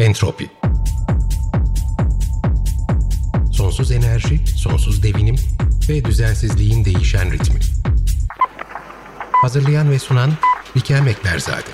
Entropi. Sonsuz enerji, sonsuz devinim ve düzensizliğin değişen ritmi. Hazırlayan ve sunan Bikem Ekberzade.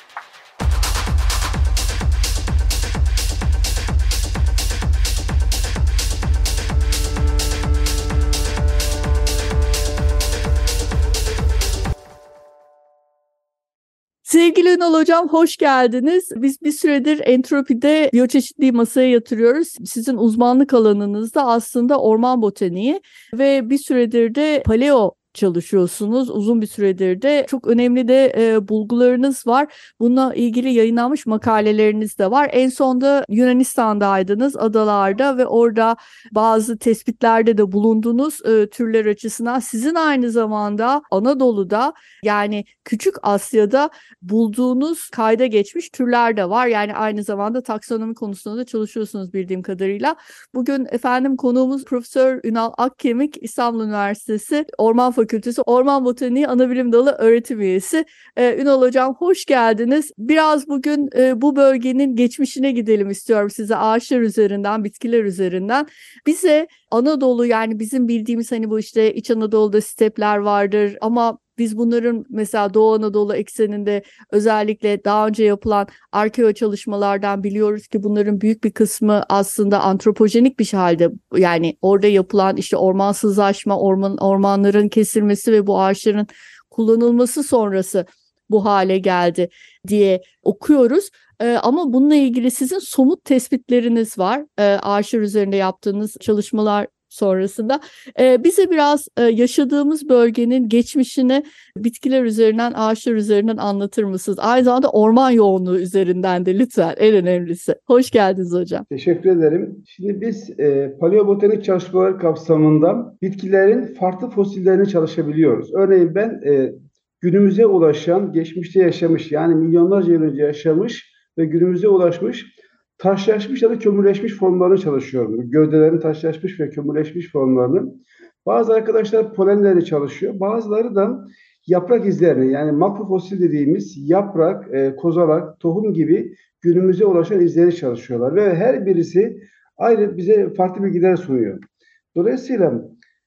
Sevgili Ünal Hocam, hoş geldiniz. Biz bir süredir Entropi'de biyoçeşitliliği masaya yatırıyoruz. Sizin uzmanlık alanınız da aslında orman botaniği ve bir süredir de paleo çalışıyorsunuz. Uzun bir süredir de çok önemli de bulgularınız var. Bununla ilgili yayınlanmış makaleleriniz de var. En son da Yunanistan'daydınız, adalarda ve orada bazı tespitlerde de bulundunuz türler açısından. Sizin aynı zamanda Anadolu'da, yani Küçük Asya'da bulduğunuz kayda geçmiş türler de var. Yani aynı zamanda taksonomi konusunda da çalışıyorsunuz bildiğim kadarıyla. Bugün efendim konuğumuz Profesör Ünal Akkemik, İstanbul Üniversitesi Orman Fakültesi Orman Botaniği Anabilim Dalı öğretim üyesi. Ünal Hocam, hoş geldiniz. Biraz bugün bu bölgenin geçmişine gidelim istiyorum size, ağaçlar üzerinden, bitkiler üzerinden. Bize Anadolu, yani bizim bildiğimiz hani bu işte İç Anadolu'da stepler vardır ama biz bunların mesela Doğu Anadolu ekseninde özellikle daha önce yapılan arkeo çalışmalardan biliyoruz ki bunların büyük bir kısmı aslında antropojenik bir halde, yani orada yapılan işte ormansızlaşma, ormanların kesilmesi ve bu ağaçların kullanılması sonrası bu hale geldi diye okuyoruz. Ama bununla ilgili sizin somut tespitleriniz var. Ağaçlar üzerinde yaptığınız çalışmalar sonrasında. Bize biraz yaşadığımız bölgenin geçmişini bitkiler üzerinden, ağaçlar üzerinden anlatır mısınız? Aynı zamanda orman yoğunluğu üzerinden de lütfen, en önemlisi. Hoş geldiniz hocam. Teşekkür ederim. Şimdi biz paleobotanik çalışmalar kapsamında bitkilerin farklı fosillerini çalışabiliyoruz. Örneğin ben günümüze ulaşan, geçmişte yaşamış, yani milyonlarca yıl önce yaşamış ve günümüze ulaşmış taşlaşmış ya da kömürleşmiş formlarını çalışıyorum. Gövdelerin taşlaşmış ve kömürleşmiş formlarını. Bazı arkadaşlar polenleri çalışıyor. Bazıları da yaprak izlerini, yani makrofosil dediğimiz yaprak, kozalak, tohum gibi günümüze ulaşan izleri çalışıyorlar. Ve her birisi ayrı bize farklı bilgiler sunuyor. Dolayısıyla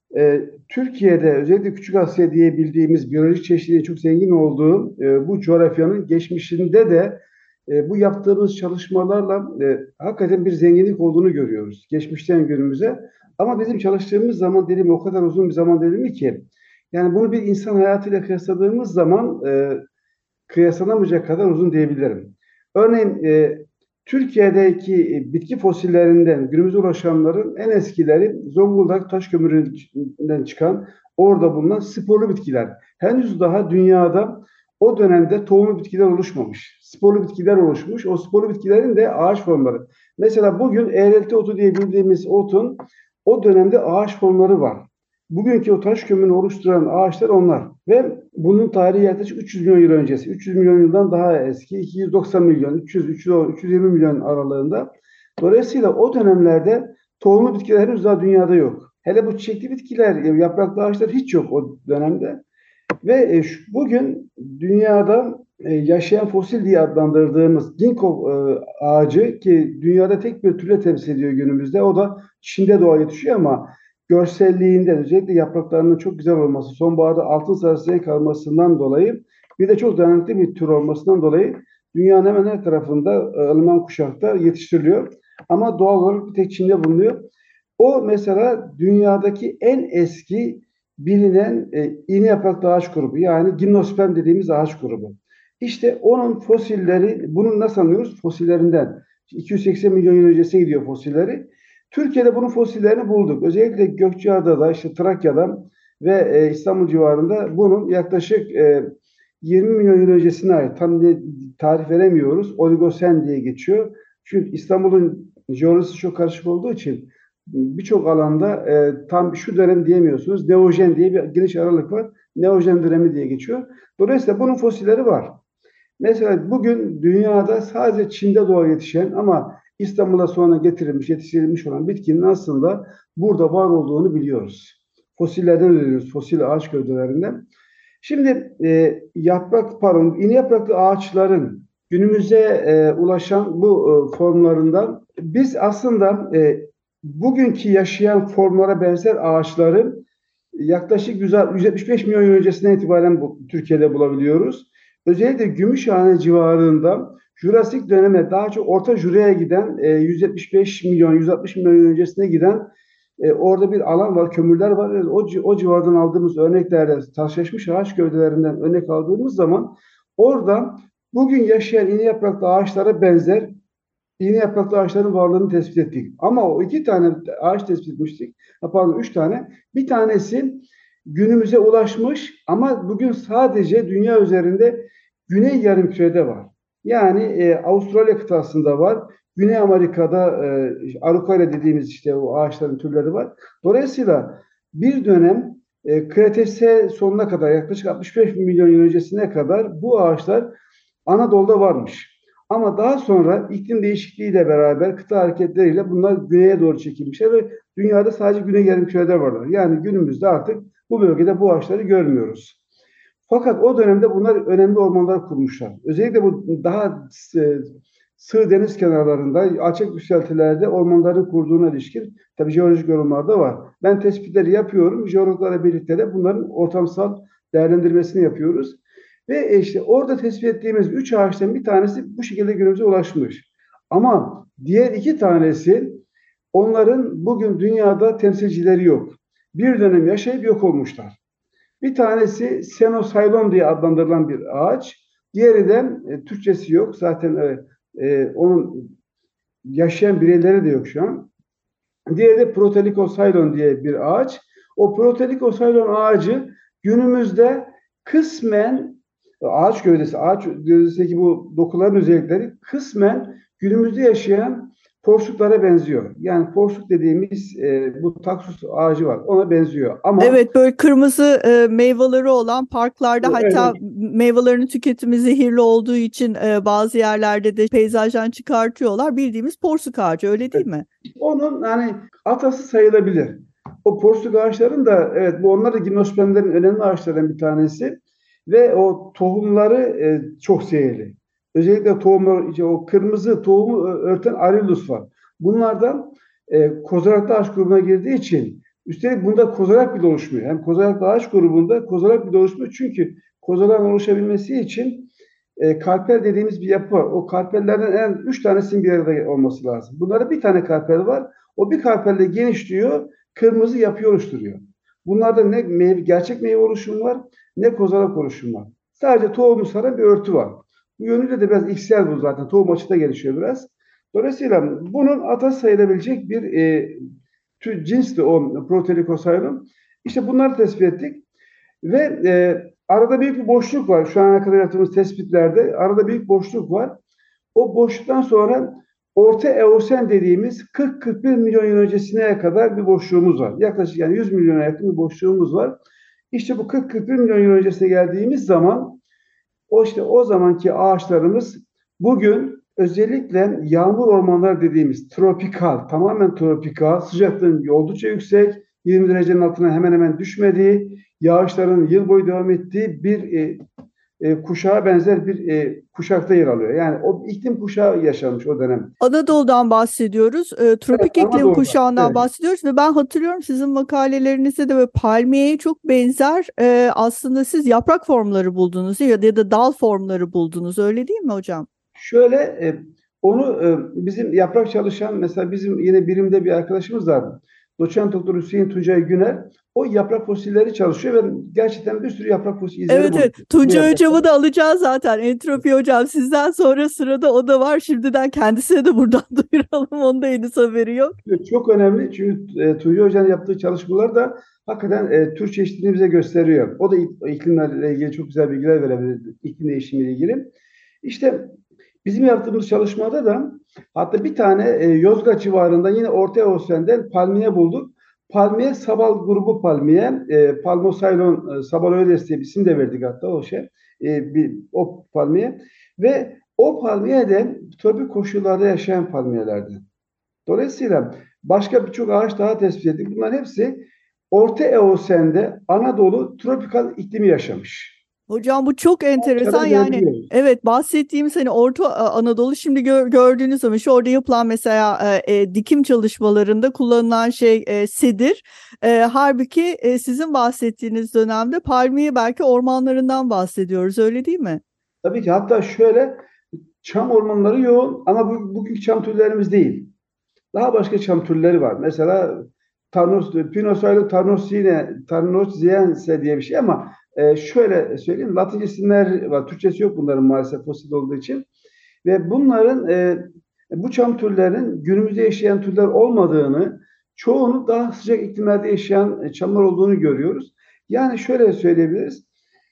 Türkiye'de özellikle Küçük Asya diye bildiğimiz biyolojik çeşitliliği çok zengin olduğu bu coğrafyanın geçmişinde de bu yaptığımız çalışmalarla hakikaten bir zenginlik olduğunu görüyoruz. Geçmişten günümüze. Ama bizim çalıştığımız zaman dilimi o kadar uzun bir zaman dilimi ki, yani bunu bir insan hayatıyla kıyasladığımız zaman kıyaslanamayacak kadar uzun diyebilirim. Örneğin Türkiye'deki bitki fosillerinden günümüze ulaşanların en eskileri Zonguldak taş kömüründen çıkan, orada bulunan sporlu bitkiler. Henüz daha dünyada o dönemde tohumlu bitkiler oluşmamış. Sporlu bitkiler oluşmuş. O sporlu bitkilerin de ağaç formları. Mesela bugün eğrelti otu diye bildiğimiz otun o dönemde ağaç formları var. Bugünkü o taş kömürünü oluşturan ağaçlar onlar. Ve bunun tarihi yaklaşık 300 milyon yıl öncesi. 300 milyon yıldan daha eski. 290 milyon, 320 milyon aralığında. Dolayısıyla o dönemlerde tohumlu bitkiler henüz daha dünyada yok. Hele bu çiçekli bitkiler, yapraklı ağaçlar hiç yok o dönemde. Ve bugün dünyada yaşayan fosil diye adlandırdığımız ginkgo ağacı, ki dünyada tek bir türle temsil ediyor günümüzde. O da Çin'de doğaya yetişiyor ama görselliğinden, özellikle yapraklarının çok güzel olması, sonbaharda altın sarısı renk almasından dolayı, bir de çok dayanıklı bir tür olmasından dolayı dünyanın hemen her tarafında ılıman kuşakta yetiştiriliyor. Ama doğal olarak bir tek Çin'de bulunuyor. O mesela dünyadaki en eski bilinen iğne yapraklı ağaç grubu, yani gimnosperm dediğimiz ağaç grubu. İşte onun fosilleri, bunu nasıl anlıyoruz? Fosillerinden. 280 milyon yıl öncesine gidiyor fosilleri. Türkiye'de bunun fosillerini bulduk. Özellikle Gökçeada'da, işte Trakya'da ve İstanbul civarında bunun yaklaşık 20 milyon yıl öncesine ait, tam tarih veremiyoruz. Oligosen diye geçiyor. Çünkü İstanbul'un jeolojisi çok karışık olduğu için birçok alanda tam şu dönem diyemiyorsunuz. Neojen diye bir geniş aralık var. Neojen dönemi diye geçiyor. Dolayısıyla bunun fosilleri var. Mesela bugün dünyada sadece Çin'de doğaya yetişen ama İstanbul'a sonra yetiştirilmiş olan bitkinin aslında burada var olduğunu biliyoruz. Fosillerden öğreniyoruz, fosil ağaç gövdelerinden. Şimdi iğne yapraklı ağaçların günümüze ulaşan bu formlarından biz aslında bugünkü yaşayan formlara benzer ağaçların yaklaşık 175 milyon yıl öncesinden itibaren Türkiye'de bulabiliyoruz. Özellikle Gümüşhane civarında Jurasik döneme daha çok Orta Jura'ya giden 175 milyon, 160 milyon yıl öncesine giden orada bir alan var, kömürler var. O civardan aldığımız örneklerde taşlaşmış ağaç gövdelerinden örnek aldığımız zaman orada bugün yaşayan iğne yapraklı ağaçlara benzer iğne yapraklı ağaçların varlığını tespit ettik. Ama o iki tane ağaç tespit etmiştik. Pardon, üç tane. Bir tanesi günümüze ulaşmış ama bugün sadece dünya üzerinde Güney Yarımküre'de var. Yani Avustralya kıtasında var. Güney Amerika'da Araucaria dediğimiz işte o ağaçların türleri var. Dolayısıyla bir dönem Kretase sonuna kadar yaklaşık 65 milyon yıl öncesine kadar bu ağaçlar Anadolu'da varmış. Ama daha sonra iklim değişikliğiyle beraber kıta hareketleriyle bunlar güneye doğru çekilmişler ve dünyada sadece Güney Yarımküre'de varlar. Yani günümüzde artık bu bölgede bu ağaçları görmüyoruz. Fakat o dönemde bunlar önemli ormanlar kurmuşlar. Özellikle bu daha sığ deniz kenarlarında, açık yükseltilerde ormanların kurduğuna ilişkin tabii jeolojik yorumlar da var. Ben tespitleri yapıyorum. Jeologlarla birlikte de bunların ortamsal değerlendirmesini yapıyoruz. Ve işte orada tespit ettiğimiz 3 ağaçtan bir tanesi bu şekilde günümüze ulaşmış. Ama diğer 2 tanesi onların bugün dünyada temsilcileri yok. Bir dönem yaşayıp yok olmuşlar. Bir tanesi Senosailon diye adlandırılan bir ağaç. Diğeri de Türkçesi yok. Zaten onun yaşayan bireyleri de yok şu an. Diğeri de Protelicosylon diye bir ağaç. O Protelicosylon ağacı günümüzde kısmen ağaç gövdesindeki bu dokuların özellikleri kısmen günümüzde yaşayan porsuklara benziyor. Yani porsuk dediğimiz bu taksus ağacı var. Ona benziyor. Ama Evet, böyle kırmızı meyveleri olan parklarda, hatta evet, meyvelerinin tüketimi zehirli olduğu için bazı yerlerde de peyzajdan çıkartıyorlar. Bildiğimiz porsuk ağacı, öyle değil mi? onun hani atası sayılabilir. O porsuk ağaçların da evet, bu onlar da gimnospermlerin önemli ağaçlarından bir tanesi ve o tohumları çok zehirli. Özellikle tohumlar, işte o kırmızı tohumu örten Arillus var. Bunlardan kozalaklı ağaç grubuna girdiği için üstelik bunda kozalak bile oluşmuyor. Yani kozalaklı ağaç grubunda kozalak bile oluşmuyor çünkü kozalağın oluşabilmesi için karpel dediğimiz bir yapı var. O karpellerden en 3 tanesinin bir arada olması lazım. Bunlarda bir tane karpel var. O bir karpelde genişliyor, kırmızı yapı oluşturuyor. Bunlarda ne gerçek meyve oluşumu var, ne kozalak oluşumu var. Sadece tohumu saran bir örtü var. Bu yönüyle de biraz iksel bu zaten. Tohum açıda gelişiyor biraz. Dolayısıyla bunun atası sayılabilecek bir cinsti o Protelicosylum. İşte bunları tespit ettik. Ve arada büyük bir boşluk var. Şu ana kadar yaptığımız tespitlerde arada büyük boşluk var. O boşluktan sonra Orta Eosen dediğimiz 40-41 milyon yıl öncesine kadar bir boşluğumuz var. Yaklaşık yani 100 milyona yakın bir boşluğumuz var. İşte bu 40-41 milyon yıl öncesine geldiğimiz zaman o zamanki ağaçlarımız bugün özellikle yağmur ormanları dediğimiz tropikal, tamamen tropikal, sıcaklığın oldukça yüksek, 20 derecenin altına hemen hemen düşmediği, yağışların yıl boyu devam ettiği bir kuşağa benzer bir kuşakta yer alıyor. Yani o iklim kuşağı yaşanmış o dönem. Anadolu'dan bahsediyoruz. Tropik Evet, iklim Anadolu'da. kuşağından Evet. bahsediyoruz ve ben hatırlıyorum sizin makalelerinizde de böyle palmiyeye çok benzer aslında siz yaprak formları buldunuz ya da dal formları buldunuz, öyle değil mi hocam? Şöyle onu bizim yaprak çalışan mesela bizim yine birimde bir arkadaşımız var. Doçent Doktor Hüseyin Tuncay Güner. O yaprak fosilleri çalışıyor ve gerçekten bir sürü yaprak fosil izleri Evet, buluyor. evet. Tuncay hocamı da alacağız zaten. Entropi hocam, sizden sonra sırada o da var. Şimdiden kendisine de buradan duyuralım. Onun da henüz haberi yok. Çok önemli çünkü Tuncay Hoca'nın yaptığı çalışmalar da hakikaten tür çeşitliliğini bize gösteriyor. O da iklimlerle ilgili çok güzel bilgiler verebilir, iklim değişimiyle ilgili. İşte bizim yaptığımız çalışmada da hatta bir tane Yozgat civarında yine Orta Eosen'den palmiye bulduk. Palmiye Sabal grubu palmiye, Palmosailon sabaloides diye bir isim de verdik hatta o palmiye ve o palmiye de tropik koşullarda yaşayan palmiyelerdi. Dolayısıyla başka birçok ağaç daha tespit ettik. Bunların hepsi Orta Eosen'de Anadolu tropikal iklimi yaşamış. Hocam bu çok enteresan Ağaçları yani görebiliyoruz. evet bahsettiğimiz hani Orta Anadolu şimdi gördüğünüz zaman şu orada yapılan mesela dikim çalışmalarında kullanılan şey sedir. Halbuki sizin bahsettiğiniz dönemde palmiye belki ormanlarından bahsediyoruz öyle değil mi? Tabii ki hatta şöyle çam ormanları yoğun ama bugünkü çam türlerimiz değil. Daha başka çam türleri var. Mesela Pinosoilus tarnosiense diye bir şey ama şöyle söyleyeyim. Latince isimler var. Türkçesi yok bunların maalesef fosil olduğu için. Ve bunların bu çam türlerin günümüzde yaşayan türler olmadığını, çoğunu daha sıcak iklimlerde yaşayan çamlar olduğunu görüyoruz. Yani şöyle söyleyebiliriz.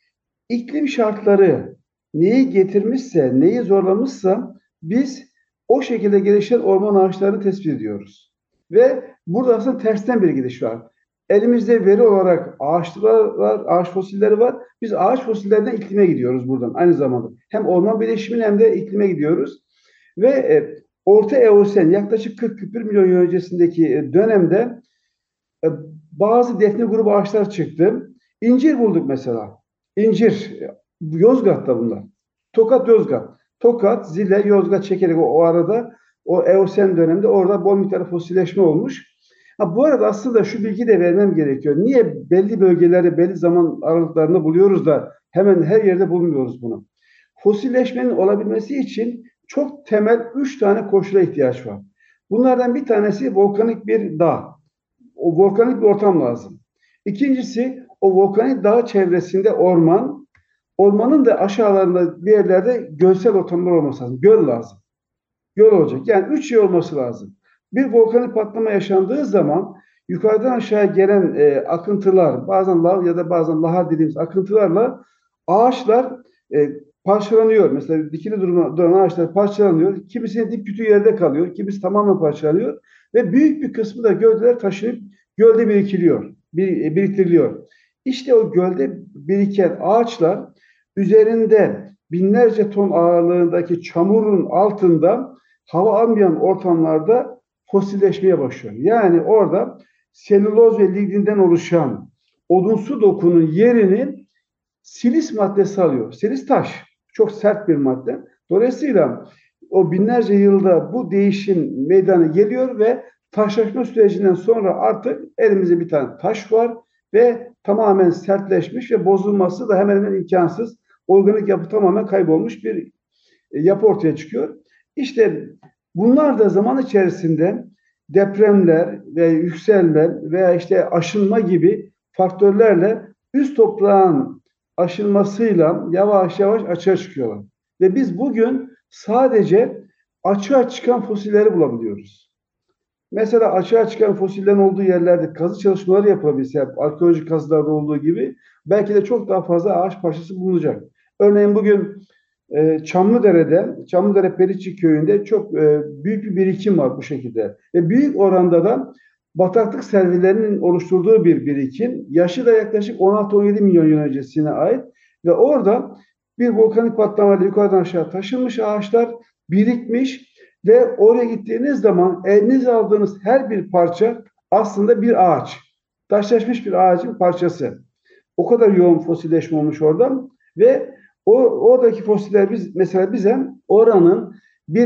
İklim şartları neyi getirmişse, neyi zorlamışsa biz o şekilde gelişen orman ağaçlarını tespit ediyoruz. Ve burada aslında tersten bir gidiş var. Elimizde veri olarak ağaçlar var, ağaç fosilleri var. Biz ağaç fosillerinden iklime gidiyoruz buradan aynı zamanda. Hem orman birleşimine hem de iklime gidiyoruz. Ve Orta Eosen yaklaşık 40-41 milyon yıl öncesindeki dönemde e, bazı defne grubu ağaçlar çıktı. İncir bulduk mesela. İncir. Yozgat'ta bunlar. Tokat, Yozgat. Tokat, Zile, Yozgat çekerek o arada o Eosen döneminde orada bol miktarda fosilleşme olmuş. Ha, bu arada aslında şu bilgi de vermem gerekiyor. Niye belli bölgeleri belli zaman aralıklarında buluyoruz da hemen her yerde bulmuyoruz bunu? Fosilleşmenin olabilmesi için çok temel 3 tane koşula ihtiyaç var. Bunlardan bir tanesi volkanik bir dağ. O volkanik bir ortam lazım. İkincisi o volkanik dağ çevresinde orman, ormanın da aşağılarında bir yerlerde gölsel ortamlar olması lazım. Göl lazım. Göl olacak. Yani 3 şey olması lazım. Bir volkanik patlama yaşandığı zaman yukarıdan aşağıya gelen akıntılar, bazen lav ya da bazen lahar dediğimiz akıntılarla ağaçlar parçalanıyor. Mesela dikili duran ağaçlar parçalanıyor. Kimisinin dip kütüğü yerde kalıyor. Kimisi tamamen parçalanıyor. Ve büyük bir kısmı da gövdeler taşınıp gölde biriktiriliyor. İşte o gölde biriken ağaçlar üzerinde binlerce ton ağırlığındaki çamurun altında hava almayan ortamlarda fosilleşmeye başlıyor. Yani orada selüloz ve ligninden oluşan odunsu dokunun yerini silis maddesi alıyor. Silis taş. Çok sert bir madde. Dolayısıyla o binlerce yılda bu değişim meydana geliyor ve taşlaşma sürecinden sonra artık elimizde bir tane taş var ve tamamen sertleşmiş ve bozulması da hemen hemen imkansız. Organik yapı tamamen kaybolmuş bir yapı ortaya çıkıyor. İşte bunlar da zaman içerisinde depremler ve yükselme veya işte aşınma gibi faktörlerle üst toprağın aşınmasıyla yavaş yavaş açığa çıkıyorlar. Ve biz bugün sadece açığa çıkan fosilleri bulabiliyoruz. Mesela açığa çıkan fosillerin olduğu yerlerde kazı çalışmaları yapılabilse, arkeolojik kazılarda olduğu gibi belki de çok daha fazla ağaç parçası bulunacak. Örneğin bugün Çamlıdere Periçik köyünde çok büyük bir birikim var bu şekilde. Ve büyük oranda da bataklık servilerinin oluşturduğu bir birikim. Yaşı da yaklaşık 16-17 milyon yıl öncesine ait. Ve orada bir volkanik patlamayla yukarıdan aşağı taşınmış ağaçlar birikmiş ve oraya gittiğiniz zaman elinize aldığınız her bir parça aslında bir ağaç. Taşlaşmış bir ağacın parçası. O kadar yoğun fosilleşme olmuş oradan ve oradaki fosiller mesela bize oranın bir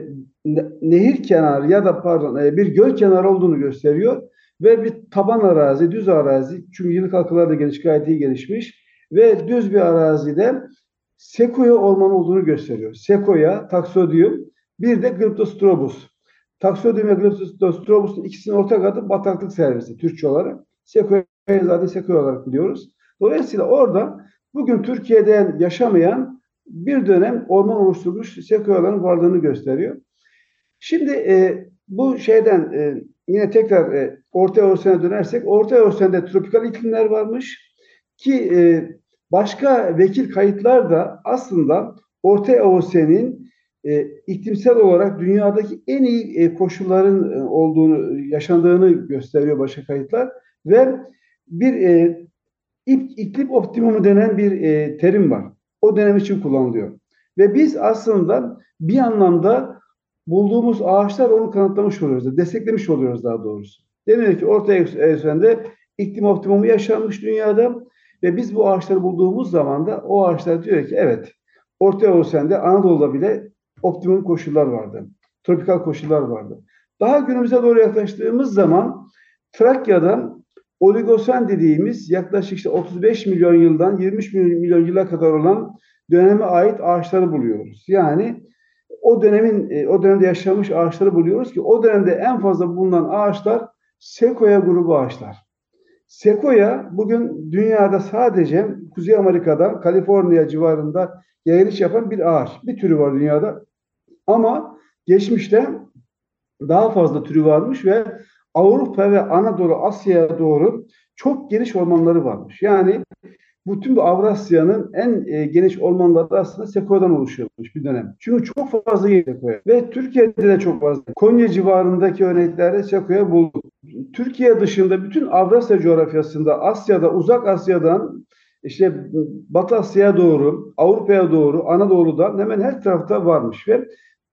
nehir kenarı ya da bir göl kenarı olduğunu gösteriyor ve bir taban arazi, düz arazi çünkü yıllık halkalar da gayet iyi gelişmiş ve düz bir arazide Sekoya ormanı olduğunu gösteriyor. Sekoya, Taxodium, bir de Glyptostrobus. Taxodium ve Glyptostrobus'un ikisinin ortak adı bataklık servisi Türkçe olarak. Sekoya'yı zaten Sekoya olarak biliyoruz. Dolayısıyla orada bugün Türkiye'de yaşamayan bir dönem orman oluşturmuş sekoyaların varlığını gösteriyor. Şimdi bu şeyden yine tekrar Orta Eosen'e dönersek, Orta Eosen'de tropikal iklimler varmış ki başka vekil kayıtlar da aslında Orta Eosen'in iklimsel olarak dünyadaki en iyi koşulların yaşandığını gösteriyor başka kayıtlar ve bir iklim optimumu denen bir terim var. O dönem için kullanılıyor. Ve biz aslında bir anlamda bulduğumuz ağaçlar onu kanıtlamış oluyoruz, desteklemiş oluyoruz daha doğrusu. Deniyor ki Orta Eosen'de iklim optimumu yaşanmış dünyada Ve biz bu ağaçları bulduğumuz zaman da o ağaçlar diyor ki evet, Orta Eosen'de Anadolu'da bile optimum koşullar vardı. Tropikal koşullar vardı. Daha günümüze doğru yaklaştığımız zaman Trakya'da Oligosen dediğimiz yaklaşık işte 35 milyon yıldan 23 milyon yıla kadar olan döneme ait ağaçları buluyoruz. Yani o dönemde yaşamış ağaçları buluyoruz ki o dönemde en fazla bulunan ağaçlar Sekoya grubu ağaçlar. Sekoya bugün dünyada sadece Kuzey Amerika'da, Kaliforniya civarında yayılış yapan bir ağaç. Bir türü var dünyada. Ama geçmişte daha fazla türü varmış ve Avrupa ve Anadolu, Asya'ya doğru çok geniş ormanları varmış. Yani bütün bu Avrasya'nın en geniş ormanları da aslında sekoyadan oluşuyormuş bir dönem. Çünkü çok fazla sekoya ve Türkiye'de de çok fazla. Konya civarındaki örneklerde sekoya bulduk. Türkiye dışında bütün Avrasya coğrafyasında, Asya'da, Uzak Asya'dan işte Batı Asya'ya doğru, Avrupa'ya doğru, Anadolu'da hemen her tarafta varmış ve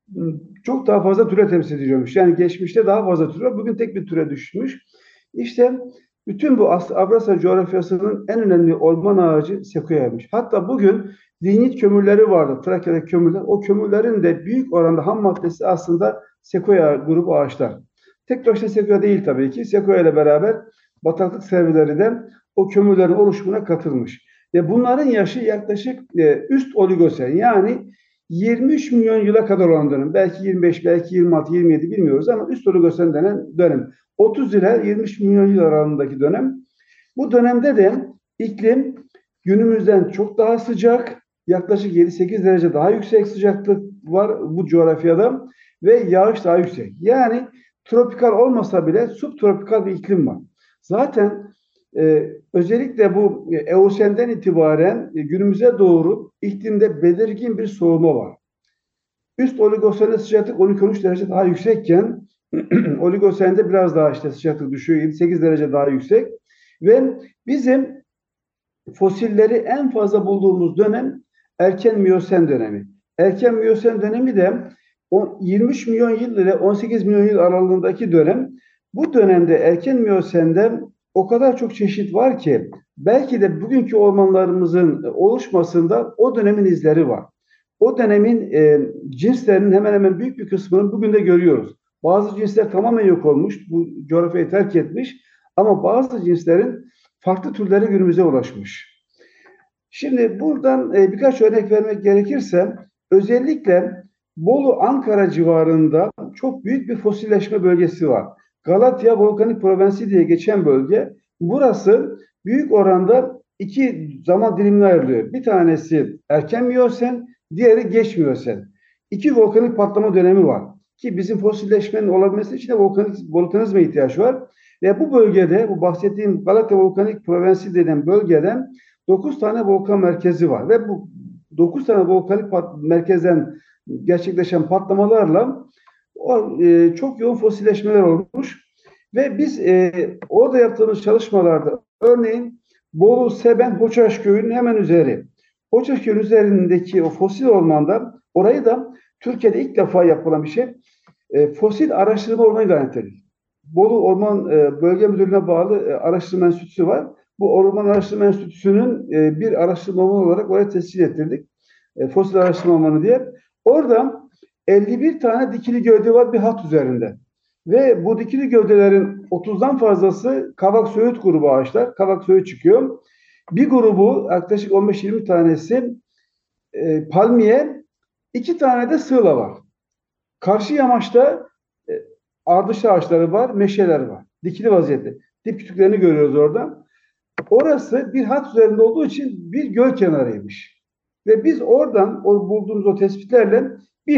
çok daha fazla türe temsil ediyormuş. Yani geçmişte daha fazla tür var. Bugün tek bir türe düşmüş. İşte bütün bu Avrasya coğrafyasının en önemli orman ağacı sekoyaymış. Hatta bugün lignit kömürleri vardı. Trakya'daki kömürler. O kömürlerin de büyük oranda ham maddesi aslında sekoya grubu ağaçlar. Tek başına sekoya değil tabii ki. Sekoya ile beraber bataklık servileri de o kömürlerin oluşumuna katılmış. Ve bunların yaşı yaklaşık üst oligosen, yani 23 milyon yıla kadar olan dönem. Belki 25, belki 26, 27 bilmiyoruz ama üst oligosen denen dönem. 30 ile 23 milyon yıl aralığındaki dönem. Bu dönemde de iklim günümüzden çok daha sıcak, yaklaşık 7-8 derece daha yüksek sıcaklık var bu coğrafyada ve yağış daha yüksek. Yani tropikal olmasa bile subtropikal bir iklim var. Zaten özellikle bu Eosen'den itibaren günümüze doğru iklimde belirgin bir soğuma var. Üst oligosende sıcaklık 12-13 derece daha yüksekken Oligosende biraz daha işte sıcaklık düşüyor. 7-8 derece daha yüksek. Ve bizim fosilleri en fazla bulduğumuz dönem erken Miyosen dönemi. Erken Miyosen dönemi de 23 milyon yıl ile 18 milyon yıl aralığındaki dönem. Bu dönemde erken Miyosen'de o kadar çok çeşit var ki belki de bugünkü ormanlarımızın oluşmasında o dönemin izleri var. O dönemin cinslerinin hemen hemen büyük bir kısmını bugün de görüyoruz. Bazı cinsler tamamen yok olmuş, bu coğrafyayı terk etmiş ama bazı cinslerin farklı türleri günümüze ulaşmış. Şimdi buradan birkaç örnek vermek gerekirse özellikle Bolu, Ankara civarında çok büyük bir fosilleşme bölgesi var. Galatya Volkanik Provensi diye geçen bölge. Burası büyük oranda iki zaman dilimine ayrılıyor. Bir tanesi erken Miyosen, diğeri geç Miyosen. İki volkanik patlama dönemi var. Ki bizim fosilleşmenin olabilmesi için de volkanizme ihtiyaç var. Ve bu bölgede, bu bahsettiğim Galatya Volkanik Provensi denen bölgeden 9 tane volkan merkezi var. Ve bu 9 tane volkanik merkezden gerçekleşen patlamalarla çok yoğun fosilleşmeler olmuş. Ve biz orada yaptığımız çalışmalarda örneğin Bolu, Seben, Hoçaş köyünün hemen üzeri. Hoçaş köyünün üzerindeki o fosil ormanda orayı da Türkiye'de ilk defa yapılan bir şey. Fosil araştırma ormanı ilan edildi. Bolu Orman Bölge Müdürlüğü'ne bağlı araştırma enstitüsü var. Bu Orman Araştırma Enstitüsü'nün bir araştırma ormanı olarak oraya tescil ettirdik. Fosil araştırma ormanı diye. Orada 51 tane dikili gövde var bir hat üzerinde. Ve bu dikili gövdelerin 30'dan fazlası kavak söğüt grubu ağaçlar. Kavak söğüt çıkıyor. Bir grubu yaklaşık 15-20 tanesi palmiye, 2 tane de sığla var. Karşı yamaçta ardış ağaçları var, meşeler var. Dikili vaziyette. Dip kütüklerini görüyoruz orada. Orası bir hat üzerinde olduğu için bir göl kenarıymış. Ve biz oradan bulduğumuz o tespitlerle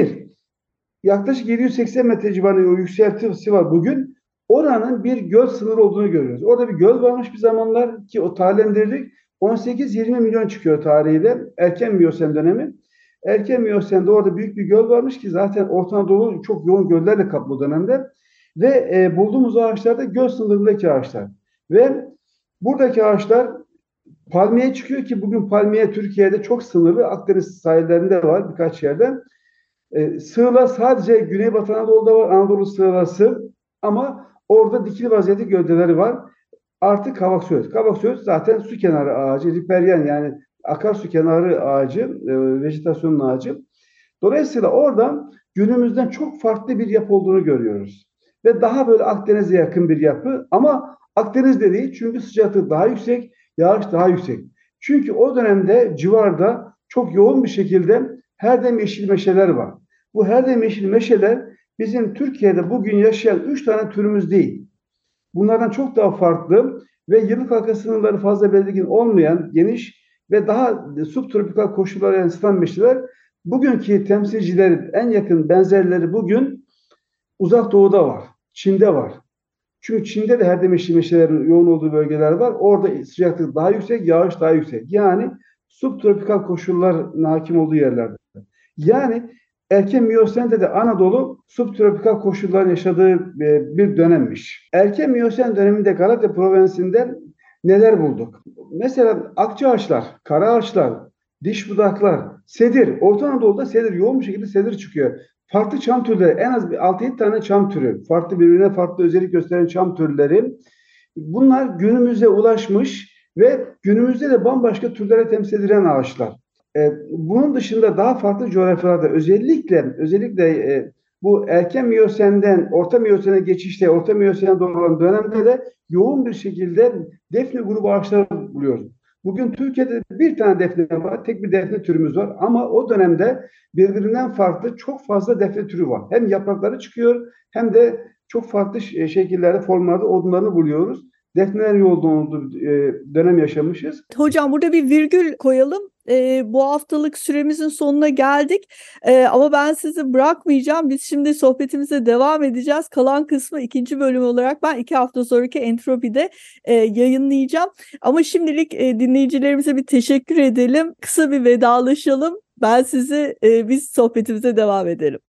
yaklaşık 780 metre civarında o yükseltisi var bugün. Oranın bir göl sınırı olduğunu görüyoruz. Orada bir göl varmış bir zamanlar ki o tarihlendirdik. 18-20 milyon çıkıyor tarihiyle. Erken Miyosen dönemi. Erken Miyosen'de orada büyük bir göl varmış ki zaten Orta Anadolu çok yoğun göllerle kaplı o dönemde. Ve bulduğumuz ağaçlar da göl sınırındaki ağaçlar. Ve buradaki ağaçlar palmiye çıkıyor ki bugün palmiye Türkiye'de çok sınırlı. Akdeniz sahillerinde var birkaç yerde. Sığla sadece Güneybatı Anadolu'da var, Anadolu sığlası ama orada dikili vaziyette gövdeleri var. artı kavak söğüt. Kavak söğüt zaten su kenarı ağacı, riparian yani akarsu kenarı ağacı, vejetasyonun ağacı. Dolayısıyla oradan günümüzden çok farklı bir yapı olduğunu görüyoruz. Ve daha böyle Akdeniz'e yakın bir yapı ama Akdeniz'de değil çünkü sıcaklık daha yüksek, yağış daha yüksek. Çünkü o dönemde civarda çok yoğun bir şekilde herdem yeşil meşeler var. Bu herdem yeşil meşeler bizim Türkiye'de bugün yaşayan 3 tane türümüz değil. Bunlardan çok daha farklı ve yıllık halka sınırları fazla belirgin olmayan, geniş ve daha subtropikal koşullara yansıtan meşeler. Bugünkü temsilcileri, en yakın benzerleri bugün Uzak Doğu'da var, Çin'de var. Çünkü Çin'de de herdem yeşil meşelerin yoğun olduğu bölgeler var. Orada sıcaklık daha yüksek, yağış daha yüksek. Yani subtropikal koşullar hakim olduğu yerlerde. Yani erken Miyosen'de de Anadolu subtropikal koşulların yaşadığı bir dönemmiş. Erken Miyosen döneminde Galatya Provensi'nde neler bulduk? Mesela akçaağaçlar, kara ağaçlar, diş budaklar, sedir. Orta Anadolu'da sedir, yoğun bir şekilde sedir çıkıyor. Farklı çam türleri, en az 6-7 tane çam türü, farklı birbirine farklı özellik gösteren çam türleri. Bunlar günümüze ulaşmış ve günümüzde de bambaşka türlere temsil edilen ağaçlar. Bunun dışında daha farklı coğrafyalarda özellikle bu erken Miyosen'den Orta Miyosen'e geçişte, Orta Miyosen'e doğru olan dönemde de yoğun bir şekilde defne grubu ağaçları buluyoruz. Bugün Türkiye'de bir tane defne var, tek bir defne türümüz var ama o dönemde birbirinden farklı çok fazla defne türü var. Hem yaprakları çıkıyor hem de çok farklı şekillerde, formlarda odunlarını buluyoruz. Defneler yoğun olduğu dönem yaşamışız. Hocam burada bir virgül koyalım. Bu haftalık süremizin sonuna geldik. Ama ben sizi bırakmayacağım. Biz şimdi sohbetimize devam edeceğiz. Kalan kısmı ikinci bölüm olarak ben 2 hafta sonraki Entropi'de yayınlayacağım. Ama şimdilik dinleyicilerimize bir teşekkür edelim. Kısa bir vedalaşalım. Biz sohbetimize devam edelim.